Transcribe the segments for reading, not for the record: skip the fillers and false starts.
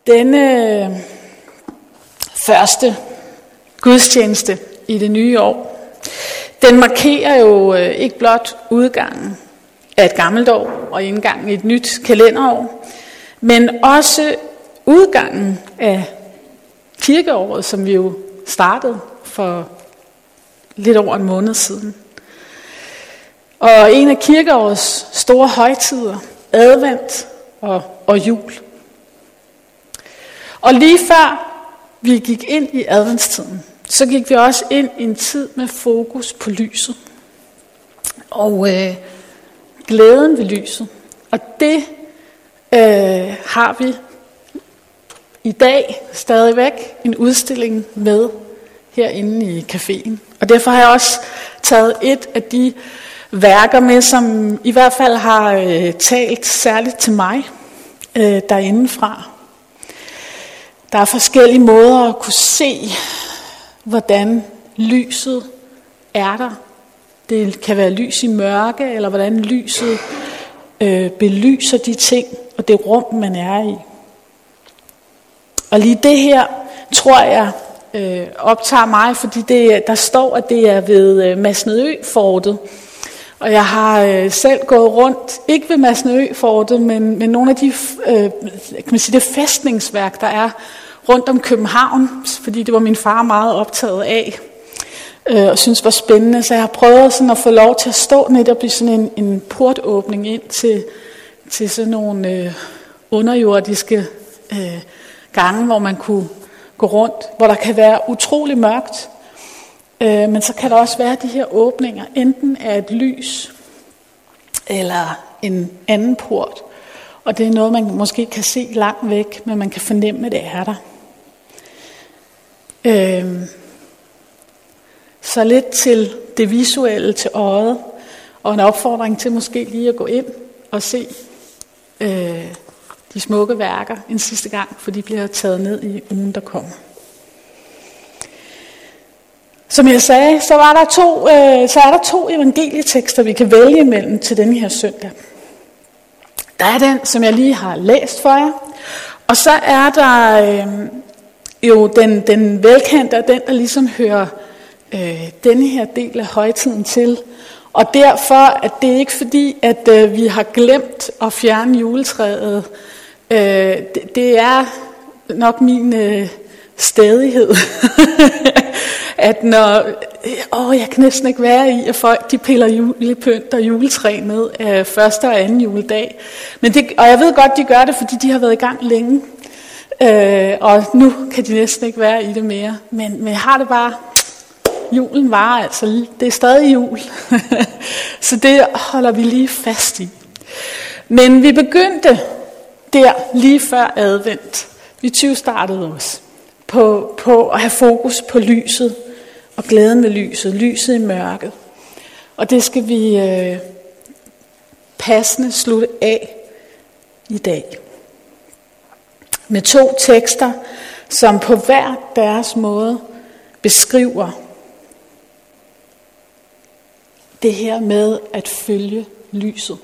Denne første gudstjeneste i det nye år, den markerer jo ikke blot udgangen af et gammelt år og indgangen i et nyt kalenderår, men også udgangen af kirkeåret, som vi jo startede for lidt over en måned siden. Og en af kirkeårets store højtider, advent og jul. Og lige før vi gik ind i adventstiden, så gik vi også ind i en tid med fokus på lyset. Og glæden ved lyset. Og det har vi i dag stadigvæk en udstilling med herinde i caféen. Og derfor har jeg også taget et af de værker med, som i hvert fald har talt særligt til mig derindefra. Der er forskellige måder at kunne se, hvordan lyset er der. Det kan være lys i mørke, eller hvordan lyset belyser de ting og det rum, man er i. Og lige det her, tror jeg, optager mig, fordi der står, at det er ved Masnedø-fortet. Og jeg har selv gået rundt, ikke ved Masnedø-fortet, men nogle af de, kan man sige, det fæstningsværk, der er rundt om København, fordi det var min far meget optaget af, og synes var spændende. Så jeg har prøvet sådan at få lov til at stå netop i sådan en portåbning ind til sådan nogle underjordiske gange, hvor man kunne gå rundt, hvor der kan være utrolig mørkt, men så kan der også være de her åbninger, enten af et lys eller en anden port, og det er noget, man måske kan se langt væk, men man kan fornemme, at det er der. Så lidt til det visuelle, til øjet, og en opfordring til måske lige at gå ind og se de smukke værker en sidste gang, for de bliver taget ned i ugen, der kommer. Som jeg sagde, så er der to evangelietekster, vi kan vælge imellem til denne her søndag. Der er den, som jeg lige har læst for jer, og så er der jo den velkendte, og den, der ligesom hører denne her del af højtiden til. Og derfor, at det ikke fordi, at vi har glemt at fjerne juletræet. Det er nok min stædighed, at jeg kan næsten ikke være i, at folk de piller julepynt og juletræ ned af første og anden juledag. Og jeg ved godt, de gør det, fordi de har været i gang længe. Og nu kan de næsten ikke være i det mere. Men jeg har det bare, julen varer altså, det er stadig jul. Så det holder vi lige fast i. Men vi begyndte der lige før advent. Vi 20-startede os på at have fokus på lyset og glæden ved lyset, lyset i mørket. Og det skal vi passende slutte af i dag. Med 2 tekster, som på hver deres måde beskriver det her med at følge lyset.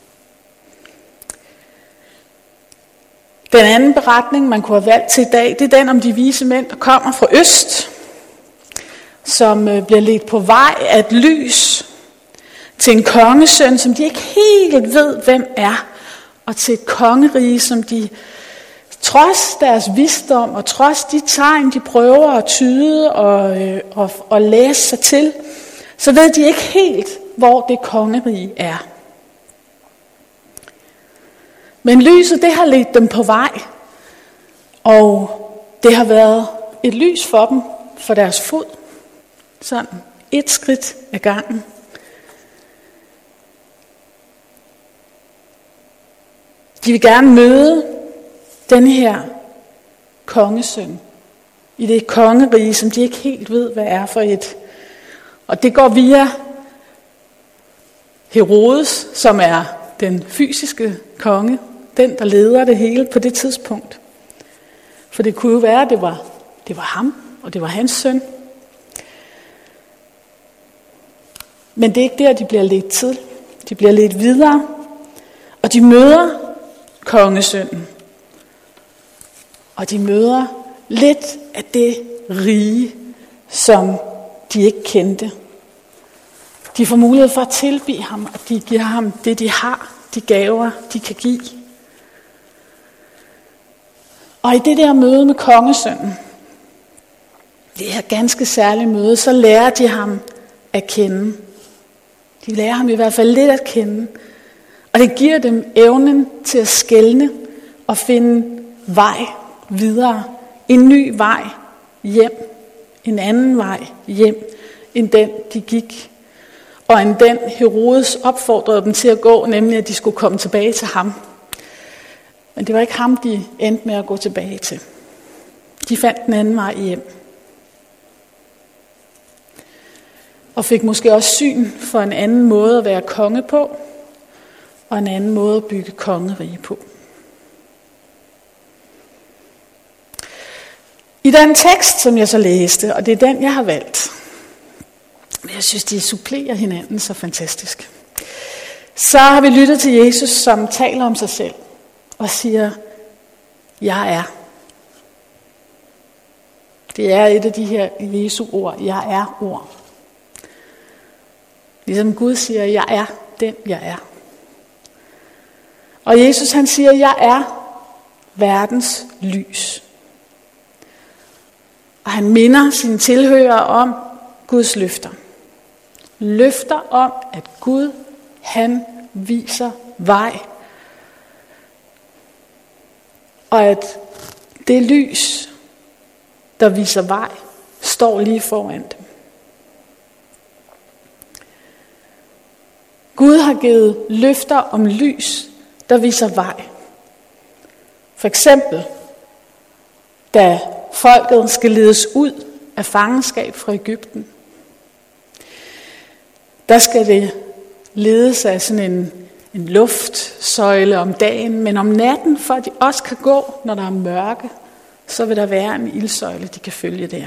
Den anden beretning, man kunne have valgt til i dag, det er den om de vise mænd, der kommer fra øst, som bliver ledt på vej af et lys til en kongesøn, som de ikke helt ved, hvem er, og til et kongerige, som de trods deres visdom og trods de tegn, de prøver at tyde og læse sig til, så ved de ikke helt, hvor det kongerige er. Men lyset, det har ledt dem på vej, og det har været et lys for dem, for deres fod. Sådan et skridt ad gangen. De vil gerne møde den her kongesøn i det kongerige, som de ikke helt ved, hvad er for et. Og det går via Herodes, som er den fysiske konge, den der leder det hele på det tidspunkt. For det kunne jo være, at det var ham, og det var hans søn. Men det er ikke der, de bliver ledt til. De bliver ledt videre, og de møder kongesønnen. Og de møder lidt af det rige, som de ikke kendte. De får mulighed for at tilbede ham, og de giver ham det, de har, de gaver, de kan give. Og i det der møde med kongesønnen, det her ganske særlige møde, så lærer de ham at kende. De lærer ham i hvert fald lidt at kende. Og det giver dem evnen til at skelne og finde vej videre. En ny vej hjem. En anden vej hjem, end den de gik. Og end den Herodes opfordrede dem til at gå, nemlig at de skulle komme tilbage til ham. Men det var ikke ham, de endte med at gå tilbage til. De fandt den anden vej hjem. Og fik måske også syn for en anden måde at være konge på, og en anden måde at bygge kongerige på. I den tekst, som jeg så læste, og det er den, jeg har valgt, men jeg synes, de supplerer hinanden så fantastisk, så har vi lyttet til Jesus, som taler om sig selv og siger, jeg er. Det er et af de her Jesu ord, jeg er ord. Ligesom Gud siger, jeg er den, jeg er. Og Jesus han siger, jeg er verdens lys. Og han minder sine tilhørere om Guds løfter. Løfter om, at Gud, han viser vej. Og at det lys, der viser vej, står lige foran dem. Gud har givet løfter om lys, der viser vej. For eksempel, da folket skal ledes ud af fangenskab fra Egypten. Der skal det ledes af sådan en luftsøjle om dagen, men om natten, for at de også kan gå, når der er mørke, så vil der være en ildsøjle, de kan følge der.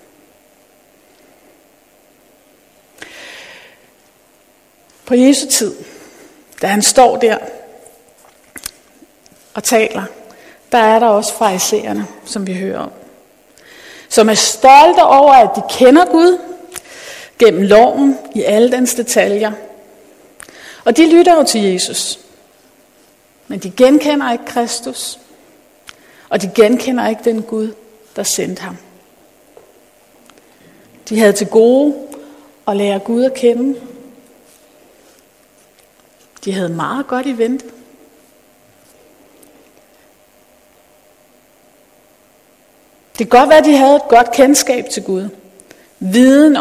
På Jesu tid, da han står der og taler, der er der også farisæerne, som vi hører om, som er stolte over, at de kender Gud gennem loven i alle dens detaljer. Og de lytter jo til Jesus, men de genkender ikke Kristus, og de genkender ikke den Gud, der sendte ham. De havde til gode at lære Gud at kende. De havde meget godt i vente. Det kan godt være, at de havde et godt kendskab til Gud. Viden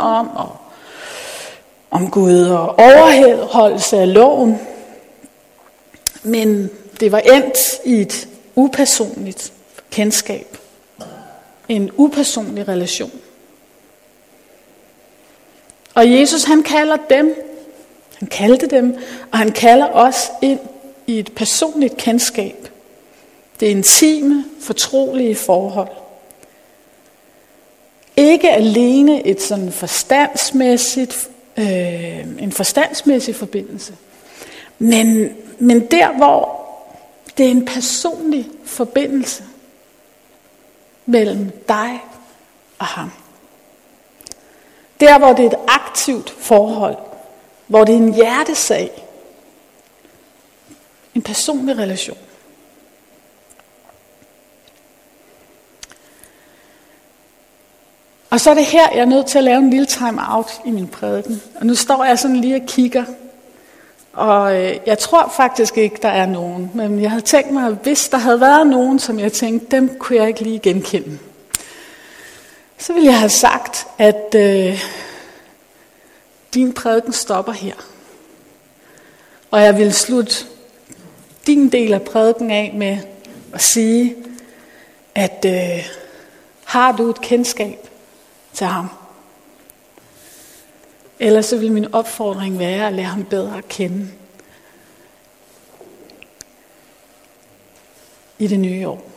om Gud og overholdelse af loven. Men det var endt i et upersonligt kendskab. En upersonlig relation. Og Jesus han kaldte dem, og han kalder os ind i et personligt kendskab. Det intime, fortrolige forhold. Ikke alene et sådan en forstandsmæssig forbindelse, men der, hvor det er en personlig forbindelse mellem dig og ham. Der, hvor det er et aktivt forhold, hvor det er en hjertesag, en personlig relation. Og så er det her, jeg er nødt til at lave en lille time-out i min prædiken. Og nu står jeg sådan lige og kigger. Og jeg tror faktisk ikke, der er nogen. Men jeg havde tænkt mig, at hvis der havde været nogen, som jeg tænkte, dem kunne jeg ikke lige genkende. Så ville jeg have sagt, at din prædiken stopper her. Og jeg vil slutte din del af prædiken af med at sige, at har du et kendskab til ham? Ellers så vil min opfordring være at lære ham bedre at kende i det nye år.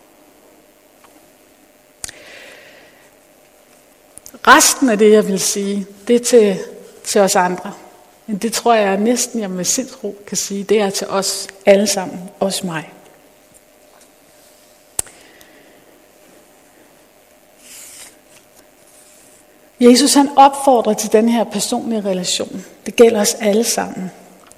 Resten af det, jeg vil sige, det er til os andre. Men det tror jeg næsten, jeg med sindsro kan sige, det er til os alle sammen, også mig. Jesus han opfordrer til den her personlige relation. Det gælder os alle sammen.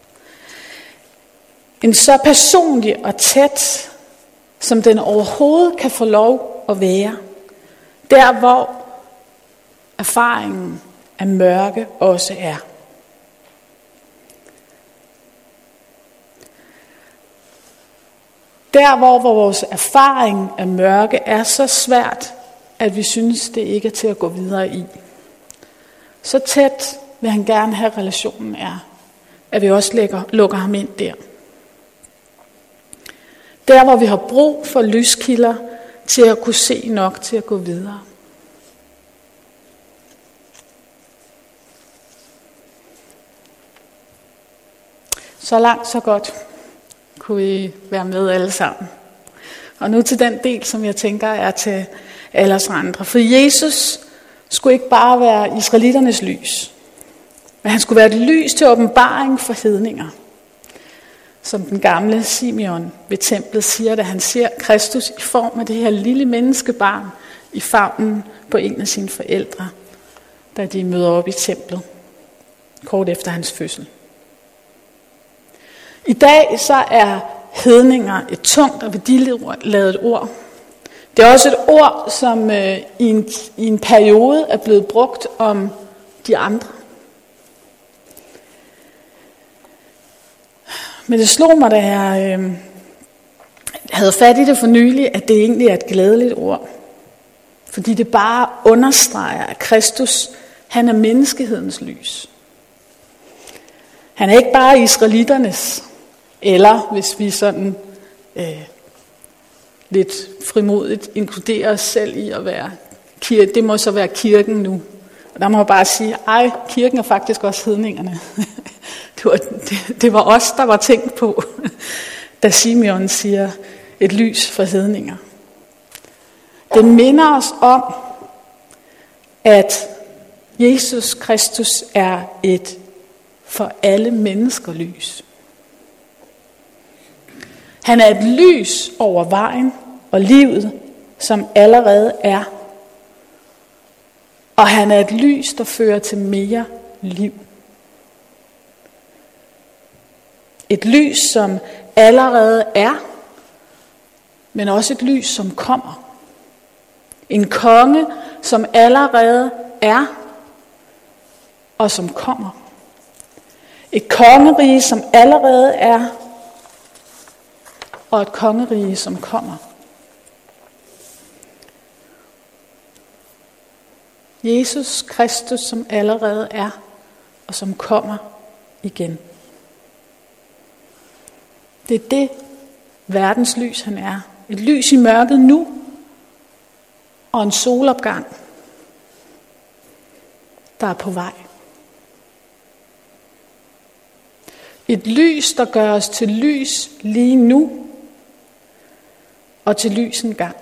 En så personlig og tæt, som den overhovedet kan få lov at være. Der hvor erfaringen af mørke også er. Der hvor vores erfaring af mørke er så svært, at vi synes, det ikke er til at gå videre i. Så tæt vil han gerne have relationen er, at vi også lukker ham ind der. Der hvor vi har brug for lyskilder til at kunne se nok til at gå videre. Så langt, så godt kunne I være med alle sammen. Og nu til den del, som jeg tænker er til alle os andre. For Jesus skulle ikke bare være israeliternes lys, men han skulle være et lys til åbenbaring for hedninger. Som den gamle Simeon ved templet siger, da han ser Kristus i form af det her lille menneskebarn i favnen på en af sine forældre, da de møder op i templet, kort efter hans fødsel. I dag så er hedninger et tungt og værdiladet ord. Det er også et ord, som i en periode er blevet brugt om de andre. Men det slog mig, da jeg havde fat i det for nylig, at det egentlig er et glædeligt ord. Fordi det bare understreger, at Kristus, han er menneskehedens lys. Han er ikke bare israeliternes, eller hvis vi sådan lidt frimodigt inkluderer os selv i at være kirke. Det må så være kirken nu. Og der må jeg bare sige, kirken er faktisk også hedningerne. Det var os, der var tænkt på, da Simeon siger et lys for hedninger. Det minder os om, at Jesus Kristus er et for alle mennesker lys. Han er et lys over vejen og livet, som allerede er. Og han er et lys, der fører til mere liv. Et lys, som allerede er, men også et lys, som kommer. En konge, som allerede er, og som kommer. Et kongerige, som allerede er, og et kongerige, som kommer. Jesus Kristus, som allerede er, og som kommer igen. Det er det verdens lys han er. Et lys i mørket nu, og en solopgang, der er på vej. Et lys, der gør os til lys lige nu, og til lys en gang.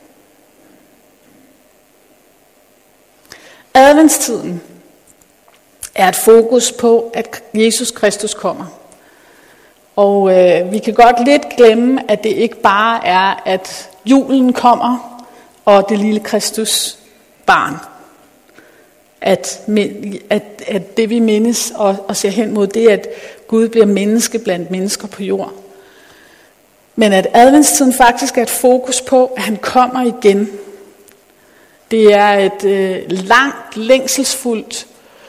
Adventstiden er et fokus på, at Jesus Kristus kommer. Og vi kan godt lidt glemme, at det ikke bare er, at julen kommer, og det lille Kristus barn. At det vi mindes og ser hen mod, det er, at Gud bliver menneske blandt mennesker på jord. Men at adventstiden faktisk er et fokus på, at han kommer igen. Det er et langt, længselsfuldt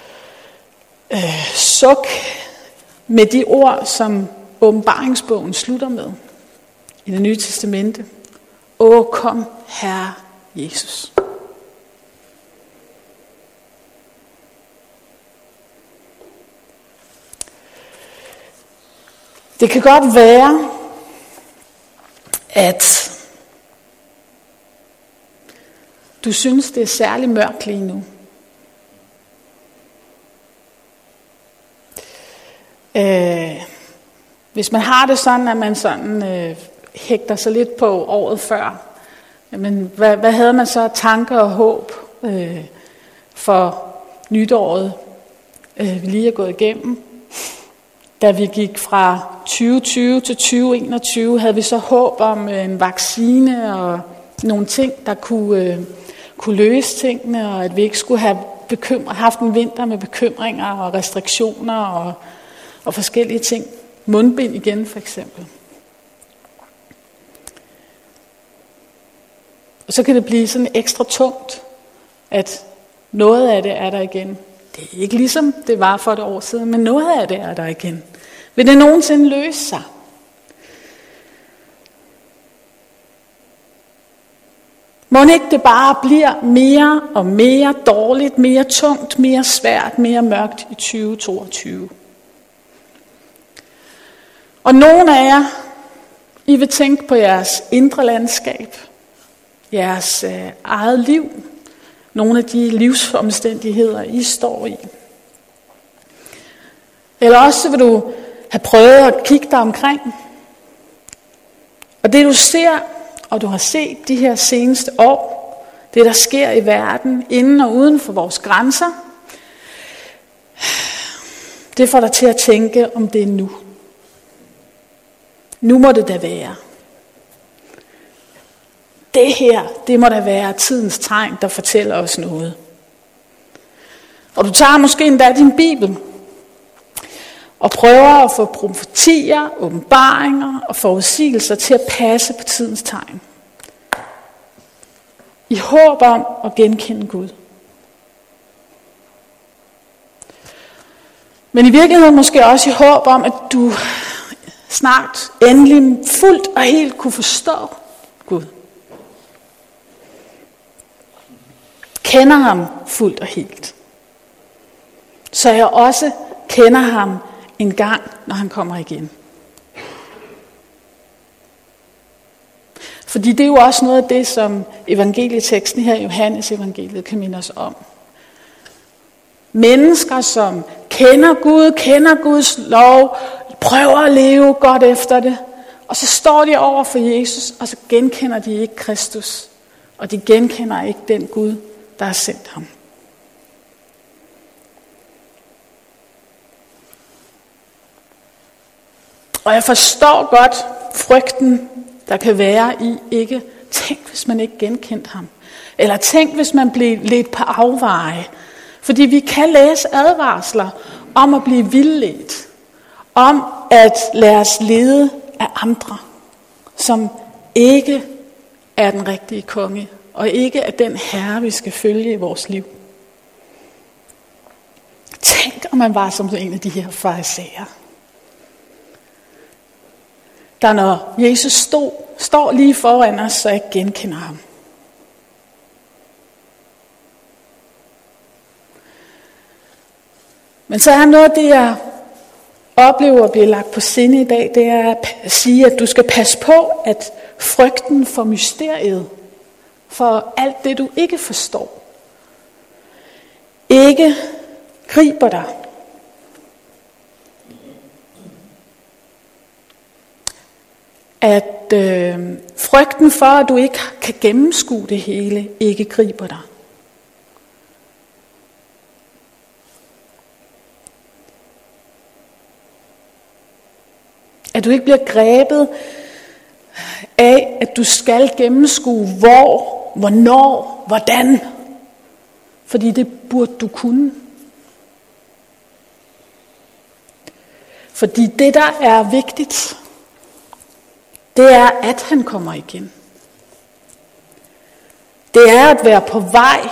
suk med de ord, som åbenbaringsbogen slutter med i Det Nye Testamente. Åh, kom, Herre Jesus. Det kan godt være, at du synes, det er særlig mørkt lige nu. Hvis man har det sådan, at man sådan hægter sig lidt på året før, jamen, hvad havde man så tanker og håb for nytåret, vi lige er gået igennem? Da vi gik fra 2020 til 2021, havde vi så håb om en vaccine og nogle ting, der kunne løse tingene, og at vi ikke skulle have haft en vinter med bekymringer og restriktioner og forskellige ting. Mundbind igen for eksempel. Og så kan det blive sådan ekstra tungt, at noget af det er der igen. Det er ikke ligesom det var for et år siden, men noget af det er der igen. Vil det nogensinde løse sig? Må ikke det bare bliver mere og mere dårligt, mere tungt, mere svært, mere mørkt i 2022? Og nogle af jer, I vil tænke på jeres indre landskab, jeres eget liv, nogle af de livsomstændigheder, I står i. Eller også vil du have prøvet at kigge dig omkring. Og det du ser, og du har set de her seneste år, det der sker i verden, inden og uden for vores grænser, det får dig til at tænke, om det er nu. Nu må det da være. Det her, det må da være tidens tegn, der fortæller os noget. Og du tager måske endda din bibel, og prøver at få profetier, åbenbaringer og forudsigelser til at passe på tidens tegn. I håb om at genkende Gud. Men i virkeligheden måske også i håb om, at du snart endelig fuldt og helt kunne forstå Gud. Kender ham fuldt og helt. Så jeg også kender ham en gang, når han kommer igen. Fordi det er jo også noget af det, som evangelieteksten her i Johannes evangeliet kan minde os om. Mennesker, som kender Gud, kender Guds lov, prøver at leve godt efter det, og så står de over for Jesus, og så genkender de ikke Kristus, og de genkender ikke den Gud, der har sendt ham. Og jeg forstår godt frygten, der kan være i ikke. Tænk, hvis man ikke genkendte ham. Eller tænk, hvis man blev ledt på afveje. Fordi vi kan læse advarsler om at blive vildledt. Om at lade os lede af andre, som ikke er den rigtige konge. Og ikke er den herre, vi skal følge i vores liv. Tænk, om man var som en af de her farisæer. Der når Jesus står lige foran os, så jeg genkender ham. Men så er noget af det, jeg oplever at blive lagt på sinde i dag, det er at sige, at du skal passe på, at frygten for mysteriet, for alt det du ikke forstår, ikke griber dig. At frygten for, at du ikke kan gennemskue det hele, ikke griber dig. At du ikke bliver grebet af, at du skal gennemskue hvor, hvornår, hvordan. Fordi det burde du kunne. Fordi det, der er vigtigt, det er, at han kommer igen. Det er at være på vej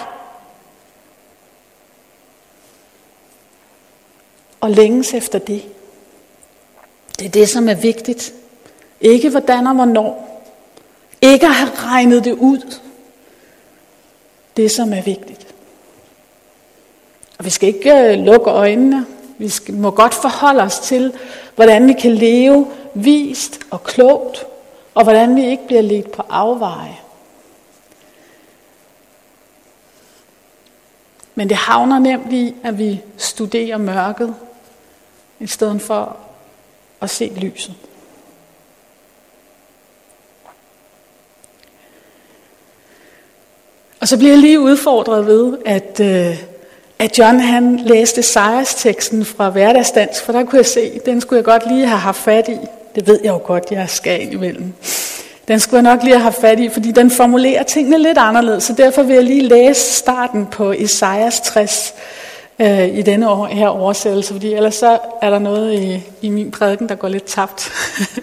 og længes efter det. Det er det, som er vigtigt. Ikke hvordan og hvornår. Ikke at have regnet det ud. Det, som er vigtigt. Og vi skal ikke lukke øjnene. Vi må godt forholde os til, hvordan vi kan leve vist og klogt, og hvordan vi ikke bliver ledt på afveje. Men det havner nemt i, at vi studerer mørket, i stedet for at se lyset. Og så bliver jeg lige udfordret ved, at John han læste Esajas-teksten fra hverdagsdans, for der kunne jeg se, den skulle jeg godt lige have haft fat i. Det ved jeg jo godt, jeg skal indimellem. Den skulle jeg nok lige have fat i, fordi den formulerer tingene lidt anderledes. Så derfor vil jeg lige læse starten på Esajas 60 i denne her oversættelse, fordi ellers så er der noget i min prædiken, der går lidt tabt.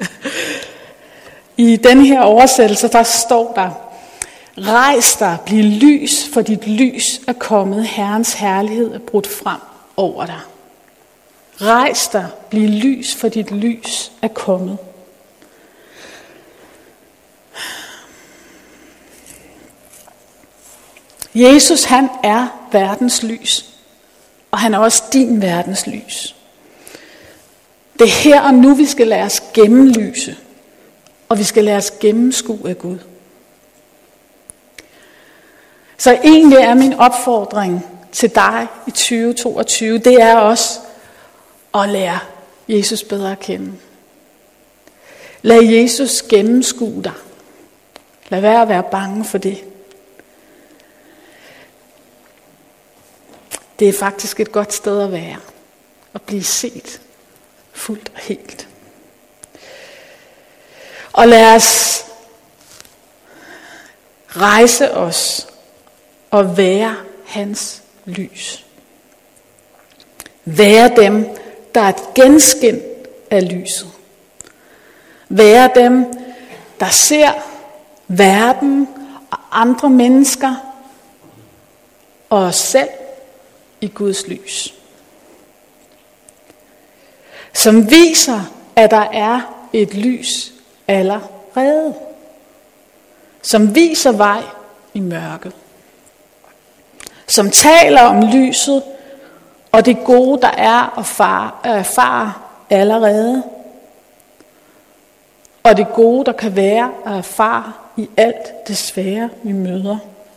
I den her oversættelse, der står der: Rejs dig, bliv lys, for dit lys er kommet, Herrens herlighed er brudt frem over dig. Rejs dig, bliv lys, for dit lys er kommet. Jesus, han er verdens lys, og han er også din verdens lys. Det er her og nu, vi skal lade os gennemlyse, og vi skal lade os gennemskue af Gud. Så egentlig er min opfordring til dig i 2022, det er også at lære Jesus bedre at kende. Lad Jesus gennemskue dig. Lad være at være bange for det. Det er faktisk et godt sted at være. At blive set fuldt og helt. Og lad os rejse os og være hans lys. Være dem, der er et genskin af lyset. Være dem, der ser verden og andre mennesker og os selv i Guds lys. Som viser, at der er et lys allerede. Som viser vej i mørket. Som taler om lyset og det gode, der er at erfare allerede. Og det gode, der kan være at erfare i alt det svære, vi møder.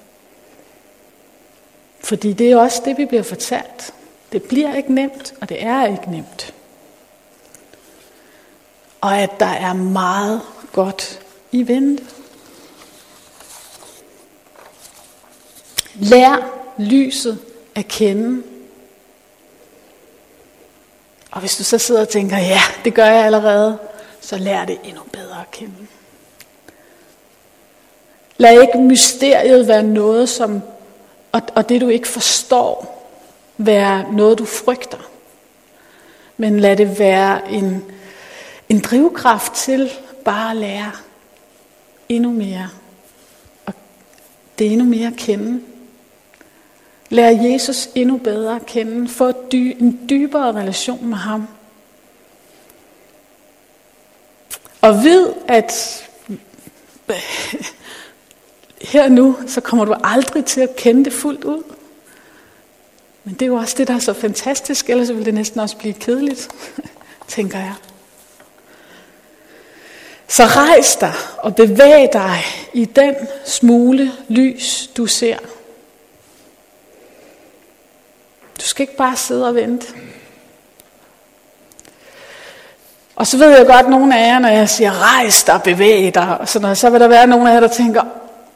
Fordi det er også det, vi bliver fortalt. Det bliver ikke nemt, og det er ikke nemt. Og at der er meget godt i vente. Lær lyset at kende. Og hvis du så sidder og tænker, ja, det gør jeg allerede, så lær det endnu bedre at kende. Lad ikke mysteriet være noget, som, og det du ikke forstår, være noget du frygter. Men lad det være en drivkraft til bare at lære endnu mere. Og det endnu mere at kende. Lær Jesus endnu bedre at kende. Få en dybere relation med ham. Og vid, at her nu, så kommer du aldrig til at kende det fuldt ud. Men det er jo også det, der er så fantastisk, ellers vil det næsten også blive kedeligt, tænker jeg. Så rejs dig og bevæg dig i den smule lys, du ser. Du skal ikke bare sidde og vente. Og så ved jeg godt, at nogle af jer, når jeg siger, rejs dig, bevæg dig, og sådan noget, så vil der være nogle af jer, der tænker,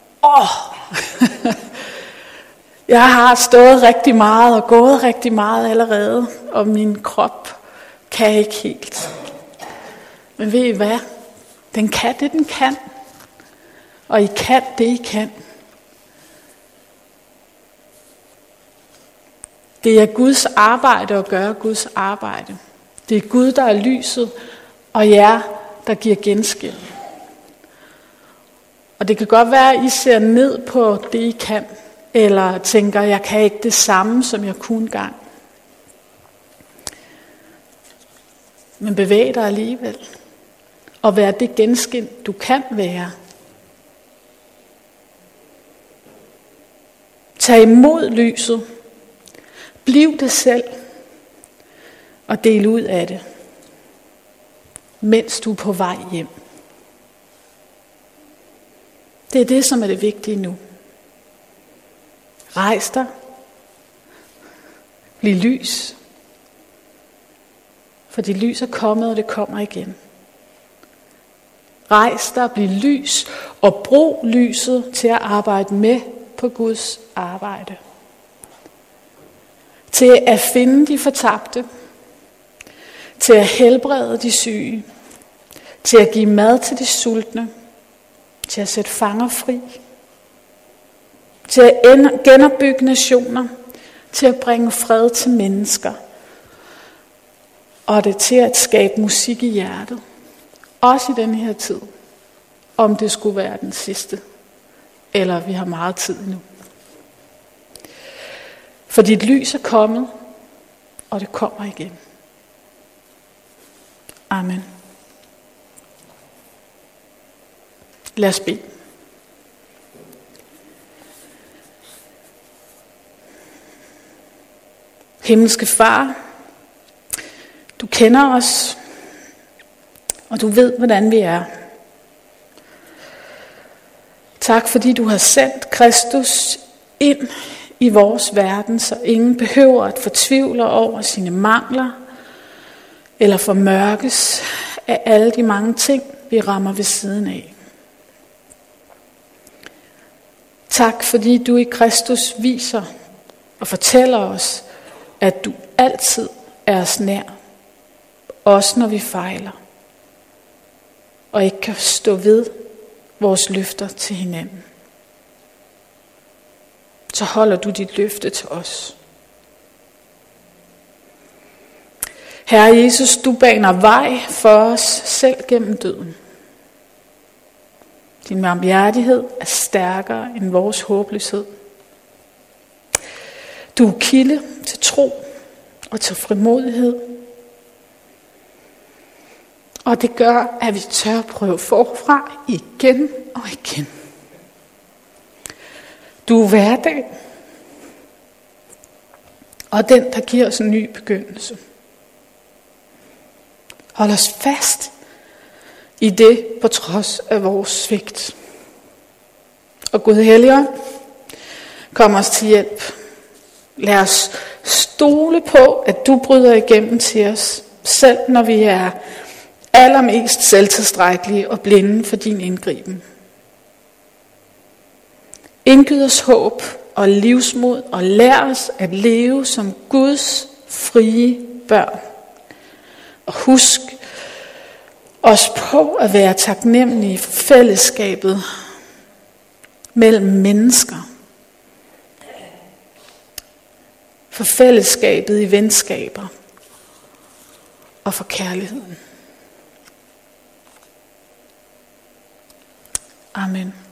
jeg har stået rigtig meget og gået rigtig meget allerede, og min krop kan ikke helt. Men ved I hvad? Den kan det, den kan. Og I kan det, I kan. Det er Guds arbejde at gøre Guds arbejde. Det er Gud, der er lyset, og jer, der giver genskil. Og det kan godt være, at I ser ned på det, I kan, eller tænker, jeg kan ikke det samme, som jeg kunne engang. Men bevæg dig alligevel, og vær det genskin, du kan være. Tag imod lyset, bliv det selv, og del ud af det, mens du er på vej hjem. Det er det, som er det vigtige nu. Rejs dig. Bliv lys. For dit lys er kommet, og det kommer igen. Rejs dig, bliv lys, og brug lyset til at arbejde med på Guds arbejde. Til at finde de fortabte. Til at helbrede de syge. Til at give mad til de sultne. til at sætte fanger fri, til at genopbygge nationer, til at bringe fred til mennesker, og det er til at skabe musik i hjertet, også i denne her tid, om det skulle være den sidste, eller vi har meget tid endnu. For dit lys er kommet, og det kommer igen. Amen. Lad os bede. Himmelske Far, du kender os, og du ved, hvordan vi er. Tak, fordi du har sendt Kristus ind i vores verden, så ingen behøver at fortvivle over sine mangler, eller formørkes af alle de mange ting, vi rammer ved siden af. Tak, fordi du i Kristus viser og fortæller os, at du altid er os nær, også når vi fejler, og ikke kan stå ved vores løfter til hinanden. Så holder du dit løfte til os. Herre Jesus, du baner vej for os selv gennem døden. Din barmhjertighed er stærkere end vores håbløshed. Du er kilde til tro og til frimodighed. Og det gør, at vi tør prøve forfra igen og igen. Du er hverdag, og den, der giver os en ny begyndelse. Hold os fast i det på trods af vores svigt. Og Gud Helligånd, kom os til hjælp. Lad os stole på, at du bryder igennem til os, selv når vi er allermest selvtilstrækkelige og blinde for din indgriben. Indgyd os håb og livsmod og lær os at leve som Guds frie børn. Og husk os på at være taknemmelige for fællesskabet mellem mennesker. For fællesskabet i venskaber og for kærligheden. Amen.